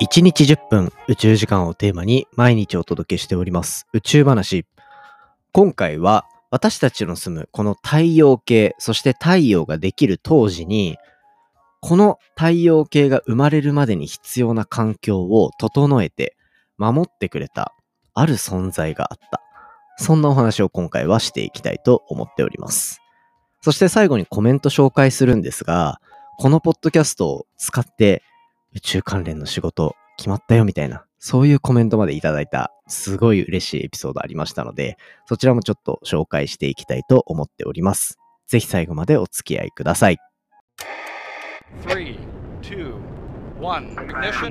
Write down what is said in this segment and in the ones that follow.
1日10分宇宙時間をテーマに毎日お届けしております宇宙話。今回は私たちの住むこの太陽系、そして太陽ができる当時にこの太陽系が生まれるまでに必要な環境を整えて守ってくれたある存在があった。そんなお話を今回はしていきたいと思っております。そして最後にコメント紹介するんですが、このポッドキャストを使って宇宙関連の仕事決まったよみたいな、そういうコメントまでいただいたすごい嬉しいエピソードありましたので、そちらもちょっと紹介していきたいと思っております。ぜひ最後までお付き合いください。 3, 2, 1, ignition.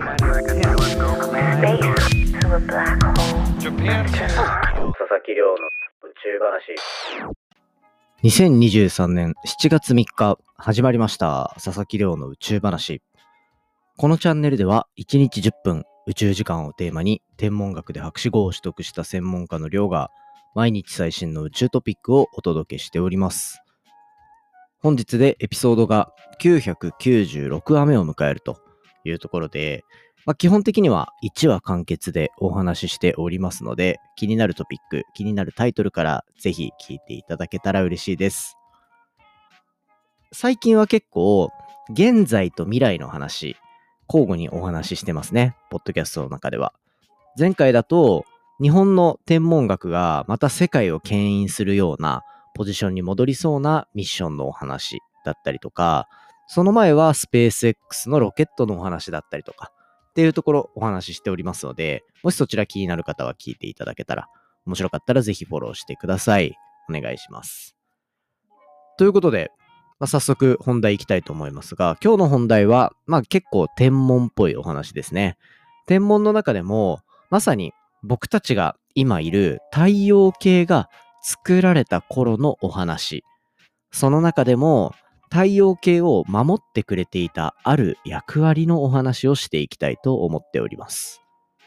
Japan. 佐々木亮の宇宙話。2023年7月3日始まりました佐々木亮の宇宙話。このチャンネルでは1日10分宇宙時間をテーマに天文学で博士号を取得した専門家の亮が毎日最新の宇宙トピックをお届けしております。本日でエピソードが996話目を迎えるというところで、基本的には1話完結でお話ししておりますので、気になるトピック、気になるタイトルからぜひ聞いていただけたら嬉しいです。最近は結構現在と未来の話、交互にお話ししてますね、ポッドキャストの中では。前回だと日本の天文学がまた世界を牽引するようなポジションに戻りそうなミッションのお話だったりとか、その前はスペース X のロケットのお話だったりとかっていうところお話ししておりますので、もしそちら気になる方は聞いていただけたら、面白かったらぜひフォローしてください。お願いします。ということで、早速本題いきたいと思いますが、今日の本題は、結構天文っぽいお話ですね。天文の中でも、まさに僕たちが今いる太陽系が作られた頃のお話。その中でも太陽系を守ってくれていたある役割のお話をしていきたいと思っております。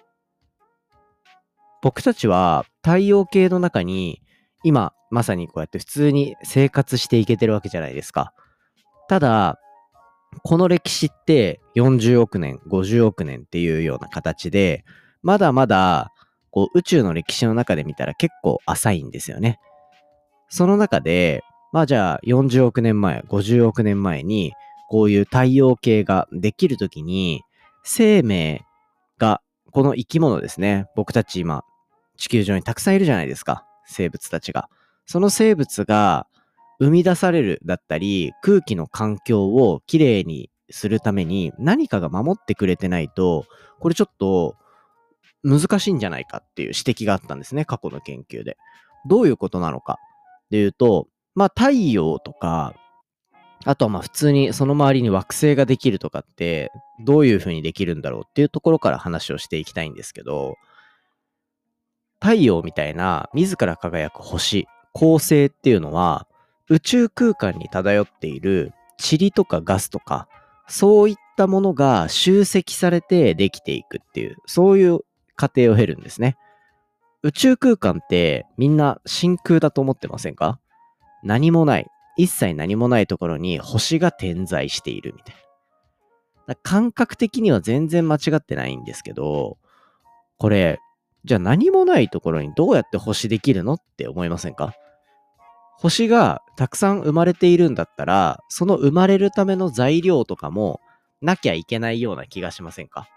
僕たちは太陽系の中に今まさにこうやって普通に生活していけてるわけじゃないですか。ただこの歴史って40億年、50億年っていうような形で、まだまだこう宇宙の歴史の中で見たら結構浅いんですよね。その中で、じゃあ40億年前、50億年前にこういう太陽系ができるときに、生命が、この生き物ですね、僕たち今地球上にたくさんいるじゃないですか、生物たちが。その生物が生み出されるだったり、空気の環境をきれいにするために何かが守ってくれてないと、これちょっと難しいんじゃないかっていう指摘があったんですね、過去の研究で。どういうことなのかっていうと、太陽とか、あとは普通にその周りに惑星ができるとかってどういう風にできるんだろうっていうところから話をしていきたいんですけど、太陽みたいな自ら輝く星、恒星っていうのは宇宙空間に漂っている塵とかガスとか、そういったものが集積されてできていくっていう、そういう過程を経るんですね。宇宙空間ってみんな真空だと思ってませんか？何もない。一切何もないところに星が点在しているみたいな。感覚的には全然間違ってないんですけど、これ、じゃあ何もないところにどうやって星できるのって思いませんか？星がたくさん生まれているんだったら、その生まれるための材料とかもなきゃいけないような気がしませんか？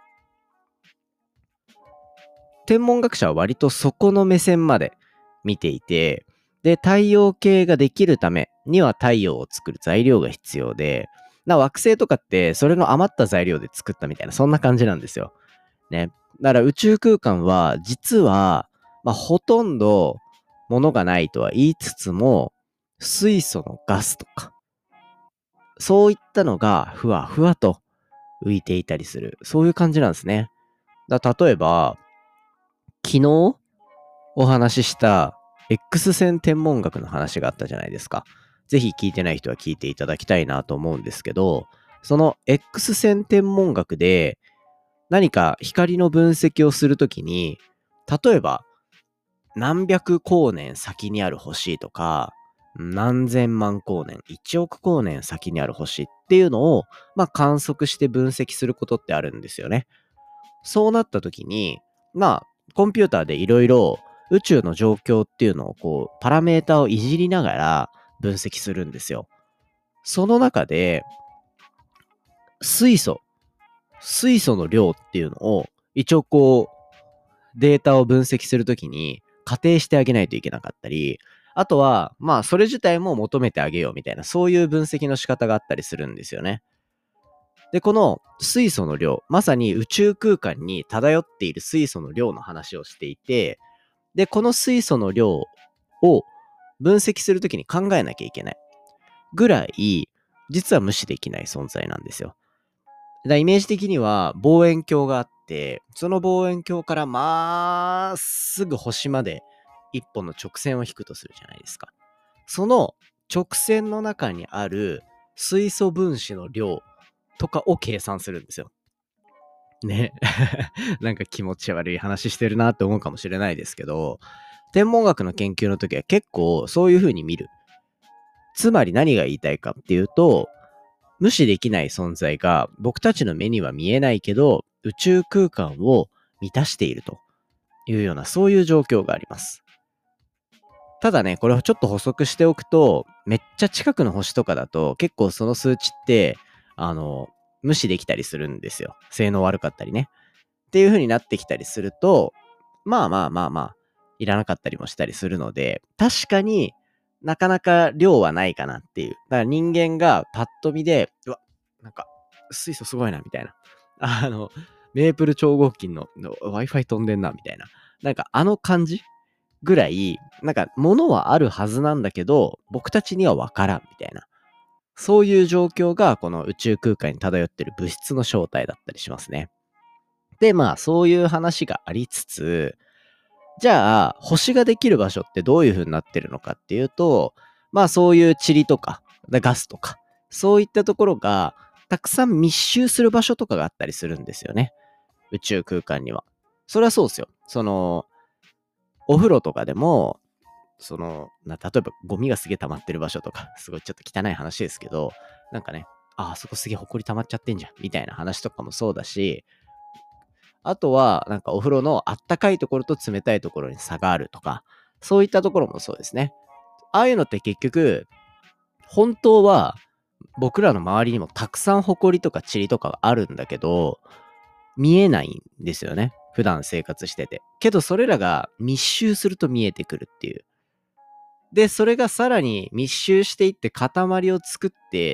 天文学者は割とそこの目線まで見ていて、で、太陽系ができるためには太陽を作る材料が必要で、惑星とかってそれの余った材料で作ったみたいな、そんな感じなんですよ。ね。だから宇宙空間は実は、ほとんど物がないとは言いつつも、水素のガスとか、そういったのがふわふわと浮いていたりする。そういう感じなんですね。例えば、昨日お話しした X 線天文学の話があったじゃないですか。ぜひ聞いてない人は聞いていただきたいなと思うんですけど、その X 線天文学で何か光の分析をするときに、例えば何百光年先にある星とか、何千万光年、1億光年先にある星っていうのを、観測して分析することってあるんですよね。 そうなった時に、まあ、コンピューターでいろいろ宇宙の状況っていうのをこう、パラメータをいじりながら分析するんですよ。その中で、水素の量っていうのを、一応こう、データを分析するときに仮定してあげないといけなかったり、あとは、まあ、それ自体も求めてあげようみたいな、そういう分析の仕方があったりするんですよね。で、この水素の量、まさに宇宙空間に漂っている水素の量の話をしていて、で、この水素の量を分析するときに考えなきゃいけないぐらい、実は無視できない存在なんですよ。イメージ的には望遠鏡があって、その望遠鏡からまっすぐ星まで一本の直線を引くとするじゃないですか。その直線の中にある水素分子の量とかを計算するんですよ。ね。なんか気持ち悪い話してるなって思うかもしれないですけど、天文学の研究の時は結構そういう風に見る。つまり何が言いたいかっていうと、無視できない存在が僕たちの目には見えないけど、宇宙空間を満たしているというような、そういう状況があります。ただね、これをちょっと補足しておくと、めっちゃ近くの星とかだと、結構その数値って、無視できたりするんですよ。性能悪かったりね。っていう風になってきたりすると、まあまあまあまあ、いらなかったりもしたりするので、確かになかなか量はないかなっていう。だから人間がパッと見で、うわ、なんか水素すごいなみたいな。メープル超合金の Wi-Fi 飛んでんなみたいな。なんかあの感じぐらい、なんか物はあるはずなんだけど、僕たちにはわからんみたいな。そういう状況がこの宇宙空間に漂ってる物質の正体だったりしますね。で、まあそういう話がありつつ、じゃあ星ができる場所ってどういう風になってるのかっていうと、まあそういう塵とかガスとか、そういったところがたくさん密集する場所とかがあったりするんですよね。宇宙空間には。それはそうですよ。お風呂とかでも、例えばゴミがすげえ溜まってる場所とか、すごいちょっと汚い話ですけど、なんかね、あそこすげえ埃溜まっちゃってんじゃん、みたいな話とかもそうだし、あとは、なんかお風呂のあったかいところと冷たいところに差があるとか、そういったところもそうですね。ああいうのって結局、本当は僕らの周りにもたくさん埃とか塵とかがあるんだけど、見えないんですよね。普段生活してて。けどそれらが密集すると見えてくるっていう。で、それがさらに密集していって塊を作って、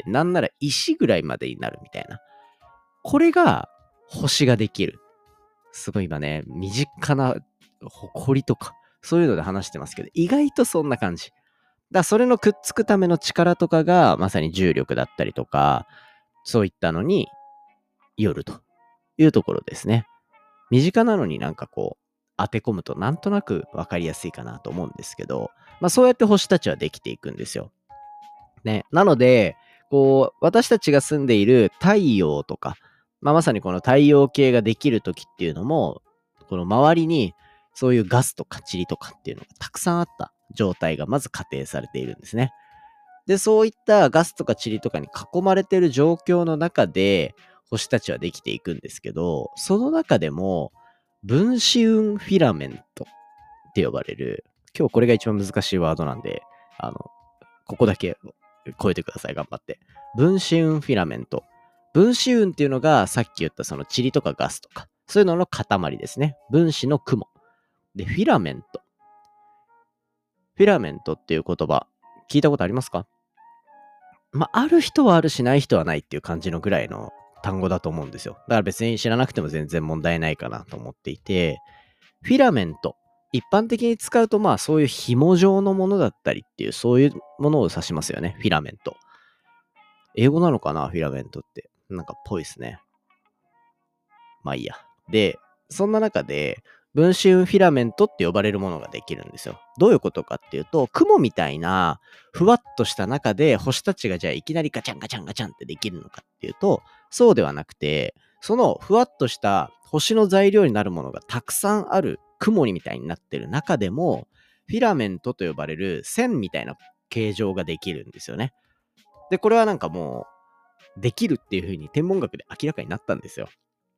なんなら石ぐらいまでになるみたいな。これが星ができる。すごい今ね、身近な埃とか、そういうので話してますけど、意外とそんな感じ。それのくっつくための力とかが、まさに重力だったりとか、そういったのによるというところですね。身近なのになんかこう、当て込むとなんとなくわかりやすいかなと思うんですけど、まあそうやって星たちはできていくんですよ。ね。なので、こう、私たちが住んでいる太陽とか、まあ、まさにこの太陽系ができる時っていうのも、この周りにそういうガスとか塵とかっていうのがたくさんあった状態がまず仮定されているんですね。で、そういったガスとか塵とかに囲まれている状況の中で、星たちはできていくんですけど、その中でも、分子雲フィラメントって呼ばれる、今日これが一番難しいワードなんで、ここだけ超えてください、頑張って。分子雲フィラメント。分子雲っていうのがさっき言ったその塵とかガスとか、そういうのの塊ですね。分子の雲。で、フィラメント。フィラメントっていう言葉、聞いたことありますか？まあ、ある人はあるしない人はないっていう感じのぐらいの単語だと思うんですよ。だから別に知らなくても全然問題ないかなと思っていて、フィラメント。一般的に使うとまあそういう紐状のものだったりっていうそういうものを指しますよね。フィラメント。英語なのかなフィラメントって。なんかっぽいですね。まあいいや。で、そんな中で、分子雲フィラメントって呼ばれるものができるんですよ。どういうことかっていうと、雲みたいな、ふわっとした中で星たちがじゃあいきなりガチャンガチャンガチャンってできるのかっていうと、そうではなくて、そのふわっとした星の材料になるものがたくさんある雲みたいになってる中でも、フィラメントと呼ばれる線みたいな形状ができるんですよね。で、これはなんかもう、できるっていう風に天文学で明らかになったんですよ。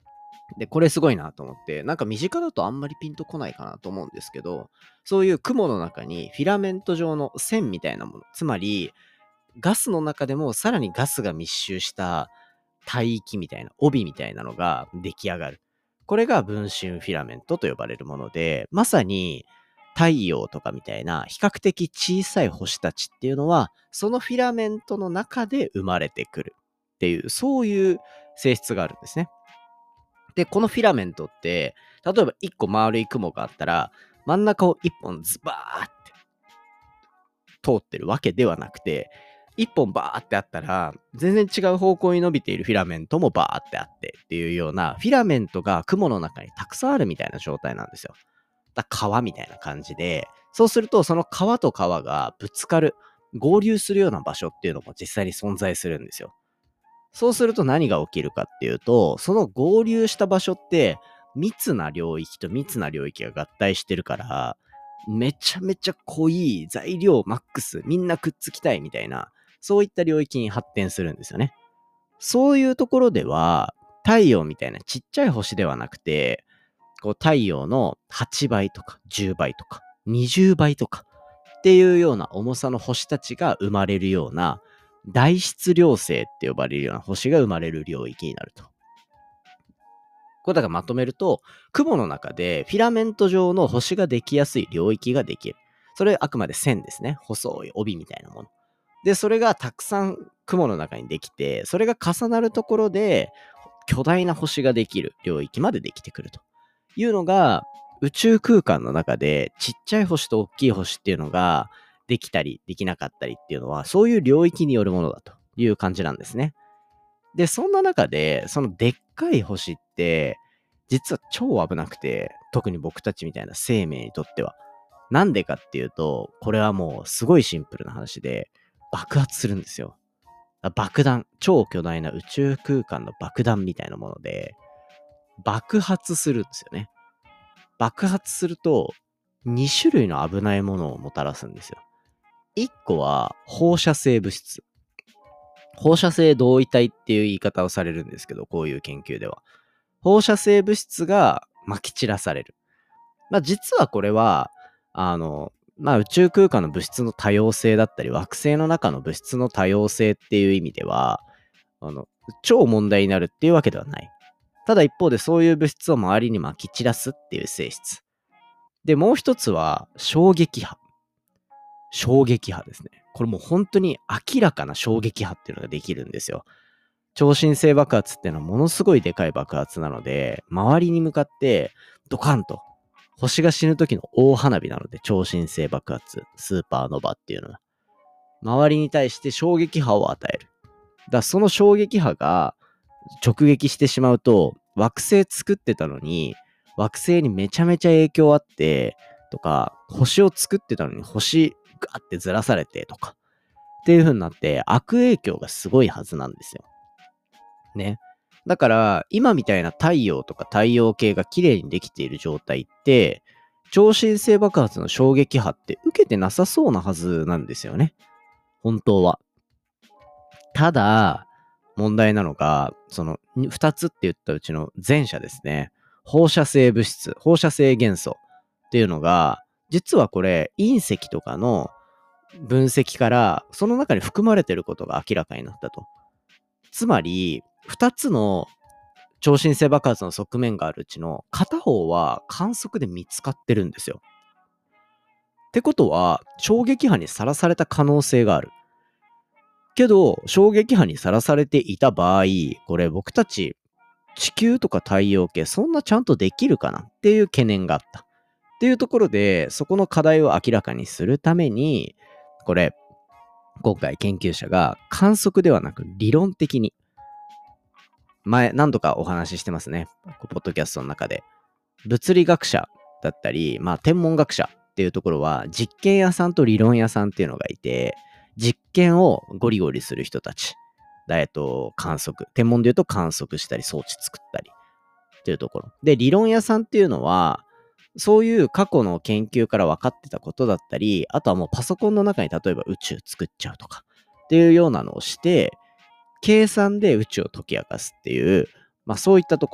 で、これすごいなと思って、なんか身近だとあんまりピンとこないかなと思うんですけど、そういう雲の中にフィラメント状の線みたいなもの、つまりガスの中でもさらにガスが密集した帯域みたいな、帯みたいなのが出来上がる。これが分子フィラメントと呼ばれるもので、まさに太陽とかみたいな比較的小さい星たちっていうのは、そのフィラメントの中で生まれてくるっていう、そういう性質があるんですね。で、このフィラメントって、例えば一個丸い雲があったら、真ん中を一本ズバーって通ってるわけではなくて、一本バーってあったら、全然違う方向に伸びているフィラメントもバーってあってっていうような、フィラメントが雲の中にたくさんあるみたいな状態なんですよ。川みたいな感じで、そうするとその川と川がぶつかる、合流するような場所っていうのも実際に存在するんですよ。そうすると何が起きるかっていうと、その合流した場所って密な領域と密な領域が合体してるから、めちゃめちゃ濃い材料マックス、みんなくっつきたいみたいな、そういった領域に発展するんですよね。そういうところでは、太陽みたいなちっちゃい星ではなくて、こう太陽の8倍とか10倍とか20倍とかっていうような重さの星たちが生まれるような大質量星って呼ばれるような星が生まれる領域になると。これだからまとめると、雲の中でフィラメント状の星ができやすい領域ができる。それあくまで線ですね。細い帯みたいなもの。で、それがたくさん雲の中にできて、それが重なるところで巨大な星ができる領域までできてくるというのが、宇宙空間の中でちっちゃい星と大きい星っていうのができたりできなかったりっていうのは、そういう領域によるものだという感じなんですね。で、そんな中で、そのでっかい星って、実は超危なくて、特に僕たちみたいな生命にとっては。なんでかっていうと、これはもうすごいシンプルな話で、爆発するんですよ。爆弾、超巨大な宇宙空間の爆弾みたいなもので、爆発するんですよね。爆発すると、2種類の危ないものをもたらすんですよ。1個は放射性物質。放射性同位体っていう言い方をされるんですけど、こういう研究では。放射性物質が撒き散らされる。実はこれは、宇宙空間の物質の多様性だったり、惑星の中の物質の多様性っていう意味では、超問題になるっていうわけではない。ただ一方でそういう物質を周りに撒き散らすっていう性質。で、もう一つは衝撃波。衝撃波ですね。これもう本当に明らかな衝撃波っていうのができるんですよ。超新星爆発っていうのはものすごいでかい爆発なので、周りに向かってドカンと、星が死ぬ時の大花火なので、超新星爆発、スーパーノヴァっていうのは、周りに対して衝撃波を与える。その衝撃波が直撃してしまうと、惑星作ってたのに、惑星にめちゃめちゃ影響あって、とか、星を作ってたのに星ガーってずらされてとか、っていう風になって悪影響がすごいはずなんですよ。ね。だから、今みたいな太陽とか太陽系が綺麗にできている状態って、超新星爆発の衝撃波って受けてなさそうなはずなんですよね。本当は。ただ、問題なのが、その2つって言ったうちの前者ですね。放射性物質、放射性元素っていうのが、実はこれ隕石とかの分析からその中に含まれてることが明らかになったと。つまり、2つの超新星爆発の側面があるうちの片方は観測で見つかってるんですよ。ってことは、衝撃波にさらされた可能性がある。けど、衝撃波にさらされていた場合、これ僕たち地球とか太陽系そんなちゃんとできるかなっていう懸念があった。っていうところで、そこの課題を明らかにするために、これ、今回研究者が観測ではなく理論的に、前何度かお話ししてますね。ポッドキャストの中で。物理学者だったり、天文学者っていうところは、実験屋さんと理論屋さんっていうのがいて、実験をゴリゴリする人たち。観測。天文で言うと観測したり装置作ったりっていうところ。で、理論屋さんっていうのは、そういう過去の研究から分かってたことだったり、あとはもうパソコンの中に例えば宇宙作っちゃうとかっていうようなのをして、計算で宇宙を解き明かすっていう、そういったところ。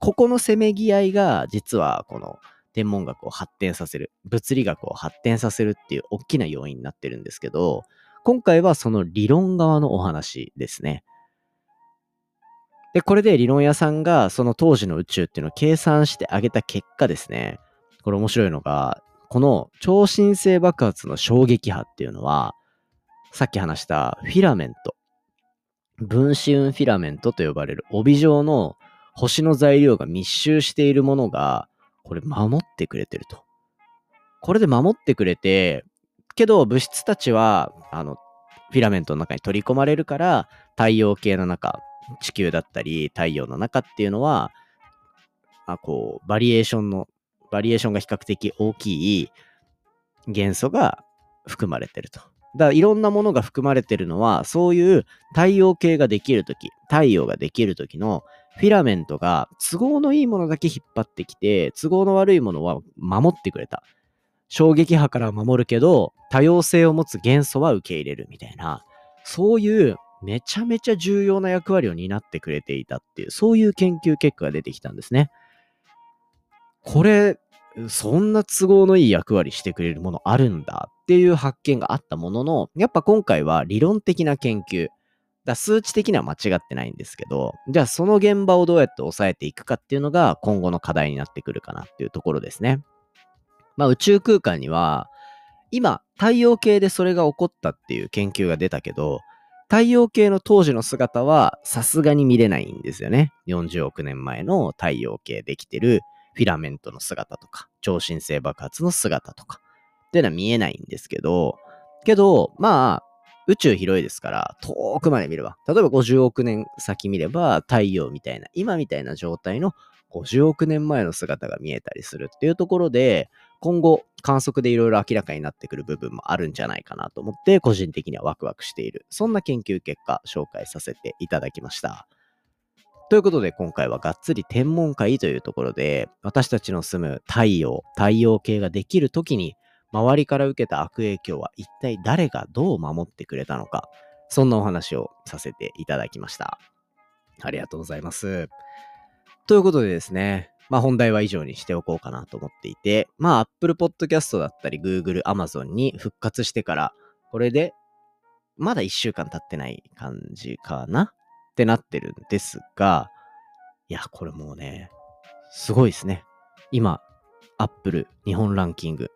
ここのせめぎ合いが実はこの天文学を発展させる、物理学を発展させるっていう大きな要因になってるんですけど、今回はその理論側のお話ですね。で、これで理論屋さんがその当時の宇宙っていうのを計算してあげた結果ですね、これ面白いのが、この超新星爆発の衝撃波っていうのは、さっき話したフィラメント、分子雲フィラメントと呼ばれる帯状の星の材料が密集しているものが、これ守ってくれてると。これで守ってくれて、けど物質たちは、フィラメントの中に取り込まれるから、太陽系の中、地球だったり太陽の中っていうのは、バリエーションが比較的大きい元素が含まれてると。だからいろんなものが含まれてるのは、そういう太陽系ができるとき、太陽ができるときのフィラメントが都合のいいものだけ引っ張ってきて、都合の悪いものは守ってくれた。衝撃波から守るけど、多様性を持つ元素は受け入れるみたいな、そういうめちゃめちゃ重要な役割を担ってくれていたっていう、そういう研究結果が出てきたんですね。これ、そんな都合のいい役割してくれるものあるんだっていう発見があったものの、やっぱ今回は理論的な研究。数値的には間違ってないんですけど、じゃあその現場をどうやって抑えていくかっていうのが今後の課題になってくるかなっていうところですね。宇宙空間には、今、太陽系でそれが起こったっていう研究が出たけど、太陽系の当時の姿はさすがに見れないんですよね。40億年前の太陽系できてるフィラメントの姿とか、超新星爆発の姿とか、っていうのは見えないんですけど、宇宙広いですから、遠くまで見れば、例えば50億年先見れば、太陽みたいな、今みたいな状態の50億年前の姿が見えたりするっていうところで、今後観測でいろいろ明らかになってくる部分もあるんじゃないかなと思って、個人的にはワクワクしている。そんな研究結果、紹介させていただきました。ということで、今回はがっつり天文会というところで、私たちの住む太陽系ができるときに、周りから受けた悪影響は一体誰がどう守ってくれたのか、そんなお話をさせていただきました。ありがとうございます。ということでですね、本題は以上にしておこうかなと思っていて、Apple Podcast だったり Google、Amazon に復活してから、これでまだ1週間経ってない感じかなってなってるんですが、いや、これもうね、すごいですね。今、Apple 日本ランキング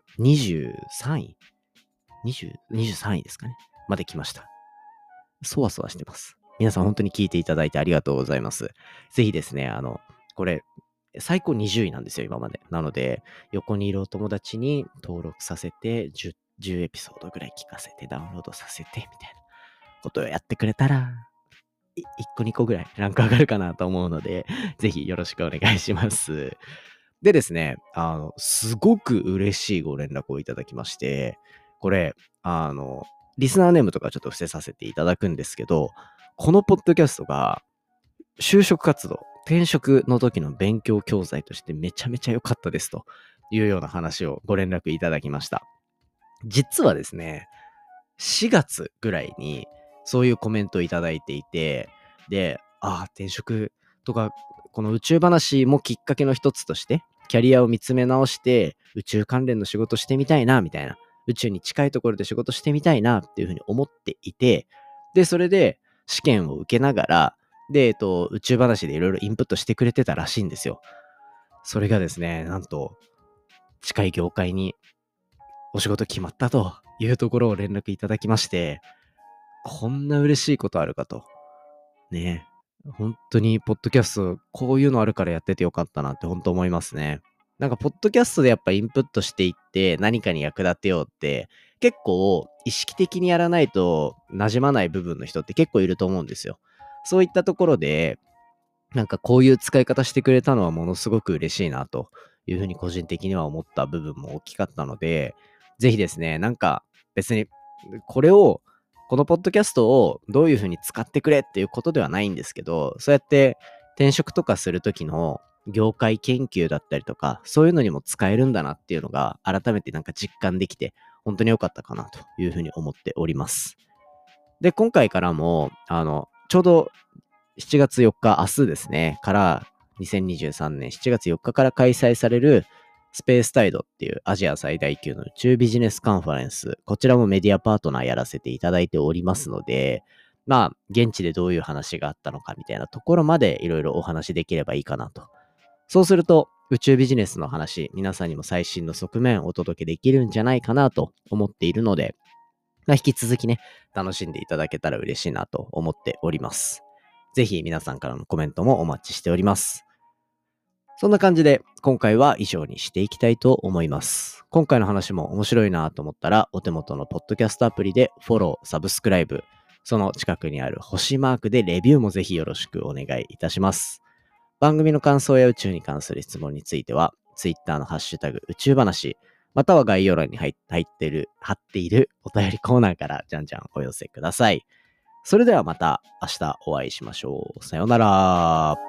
23位 ?23 位ですかねまで来ました。そわそわしてます。皆さん本当に聞いていただいてありがとうございます。ぜひですね、これ、最高20位なんですよ、今まで。なので、横にいるお友達に登録させて、10エピソードぐらい聞かせて、ダウンロードさせて、みたいなことをやってくれたら、1個2個ぐらいランク上がるかなと思うので、ぜひよろしくお願いします。でですね、すごく嬉しいご連絡をいただきまして、これ、リスナーネームとかちょっと伏せさせていただくんですけど、このポッドキャストが、就職活動、転職の時の勉強教材としてめちゃめちゃ良かったですというような話をご連絡いただきました。実はですね、4月ぐらいにそういうコメントをいただいていて、で、転職とか、この宇宙話もきっかけの一つとして、キャリアを見つめ直して、宇宙関連の仕事してみたいな、みたいな、宇宙に近いところで仕事してみたいな、っていうふうに思っていて、で、それで試験を受けながら、で、宇宙話でいろいろインプットしてくれてたらしいんですよ。それがですね、なんと、近い業界にお仕事決まったというところを連絡いただきまして、こんな嬉しいことあるかと。ね。本当に、ポッドキャスト、こういうのあるからやっててよかったなって本当思いますね。なんか、ポッドキャストでやっぱインプットしていって何かに役立てようって、結構意識的にやらないと馴染まない部分の人って結構いると思うんですよ。そういったところで、なんかこういう使い方してくれたのはものすごく嬉しいなというふうに個人的には思った部分も大きかったので、ぜひですね、なんか別にこのポッドキャストをどういうふうに使ってくれっていうことではないんですけど、そうやって転職とかするときの業界研究だったりとか、そういうのにも使えるんだなっていうのが改めてなんか実感できて、本当に良かったかなというふうに思っております。で、今回からも、ちょうど7月4日、明日ですね、から 2023年7月4日から開催されるスペースタイドっていうアジア最大級の宇宙ビジネスカンファレンス、こちらもメディアパートナーやらせていただいておりますので、現地でどういう話があったのかみたいなところまでいろいろお話できればいいかなと。そうすると、宇宙ビジネスの話、皆さんにも最新の側面をお届けできるんじゃないかなと思っているので、引き続きね、楽しんでいただけたら嬉しいなと思っております。ぜひ皆さんからのコメントもお待ちしております。そんな感じで今回は以上にしていきたいと思います。今回の話も面白いなと思ったらお手元のポッドキャストアプリでフォロー、サブスクライブ、その近くにある星マークでレビューもぜひよろしくお願いいたします。番組の感想や宇宙に関する質問については Twitter のハッシュタグ宇宙話または概要欄に貼っているお便りコーナーからじゃんじゃんお寄せください。それではまた明日お会いしましょう。さようなら。